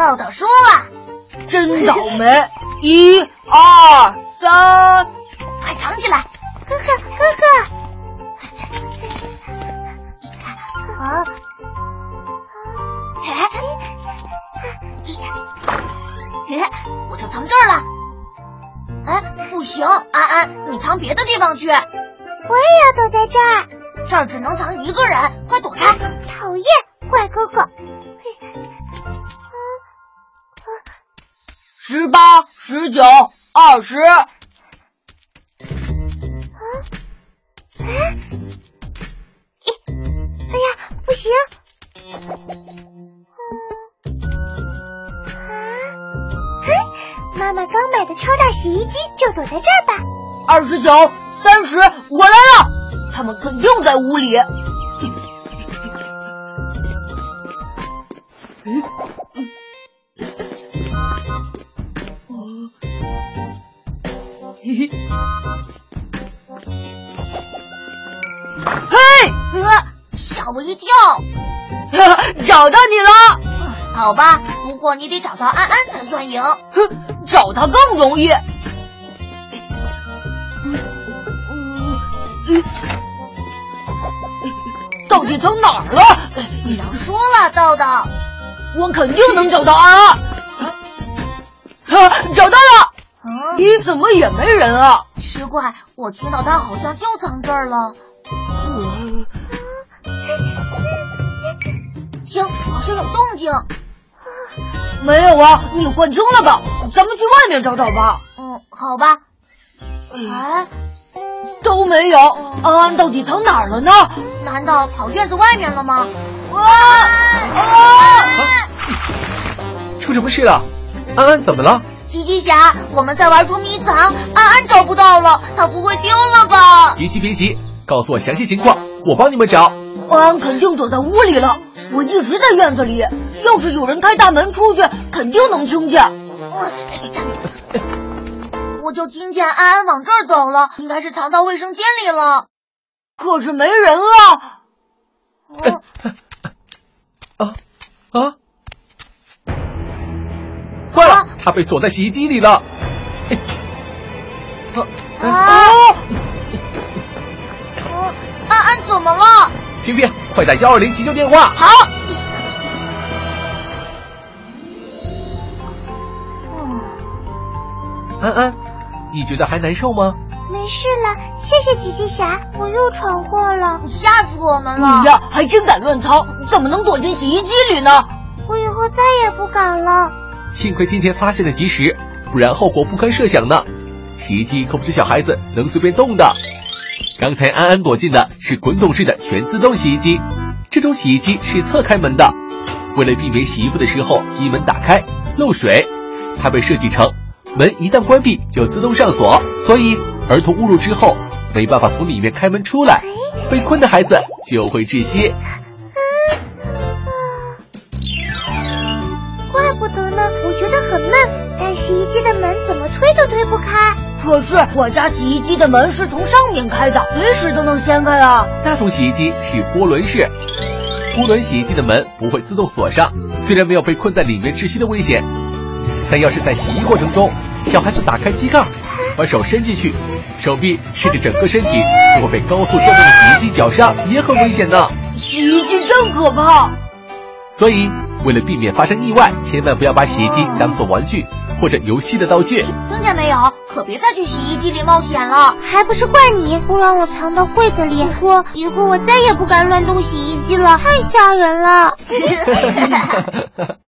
豆豆输了， 真倒霉！1、2、3， 快藏起来！ 哥哥， 啊！我就藏这儿了。哎，不行，安安，你藏别的地方去。我也要躲在这儿。 这儿只能藏一个人，快躲开！ 讨厌，坏哥哥。 18、19、20。 哎呀，不行！妈妈刚买的超大洗衣机就躲在这儿吧。 29、30，我来了！他们肯定在屋里。嘿， 吓我一跳！ 找到你了！ 好吧，不过你得找到安安才算赢。 找他更容易。到底藏哪儿了？ 你让输了，豆豆。 我肯定能找到安安。找到了！咦，怎么也没人啊？ 奇怪，我听到他好像就藏这儿了。听，好像有动静。 没有啊，你幻听了吧？咱们去外面找找吧。 好吧。 都没有，安安到底藏哪儿了呢？ 难道跑院子外面了吗？ 出什么事了？安安怎么了？ 吉吉侠，我们在玩捉迷藏，安安找不到了，他不会丢了吧？ 别急，告诉我详细情况，我帮你们找。 安安肯定躲在屋里了，我一直在院子里，要是有人开大门出去，肯定能听见。 我就听见安安往这儿走了，应该是藏到卫生间里了。 可是没人啊！ 坏了，他被锁在洗衣机里了。 安安怎么了？ 萍萍，快打120急救电话。 好。 安安，你觉得还难受吗？ 没事了，谢谢吉吉侠，我又闯祸了， 吓死我们了。 你呀，还真敢乱藏，怎么能躲进洗衣机里呢？ 我以后再也不敢了。 幸亏今天发现的及时，不然后果不堪设想呢。洗衣机可不是小孩子能随便动的。刚才安安躲进的是滚筒式的全自动洗衣机，这种洗衣机是侧开门的，为了避免洗衣服的时候机门打开漏水，它被设计成门一旦关闭就自动上锁，所以儿童误入之后没办法从里面开门出来，被困的孩子就会窒息。 怪不得呢，我觉得很闷，但洗衣机的门怎么推都推不开。 可是我家洗衣机的门是从上面开的，随时都能掀开啊。 那种洗衣机是涡轮式，涡轮洗衣机的门不会自动锁上，虽然没有被困在里面窒息的危险，但要是在洗衣过程中，小孩子打开机盖，把手伸进去，手臂甚至整个身体就会被高速转动的洗衣机绞伤，也很危险的。 洗衣机真可怕。 所以为了避免发生意外，千万不要把洗衣机当作玩具或者游戏的道具。 听见没有？可别再去洗衣机里冒险了。 还不是怪你，不让我藏到柜子里。不过以后我再也不敢乱动洗衣机了，太吓人了。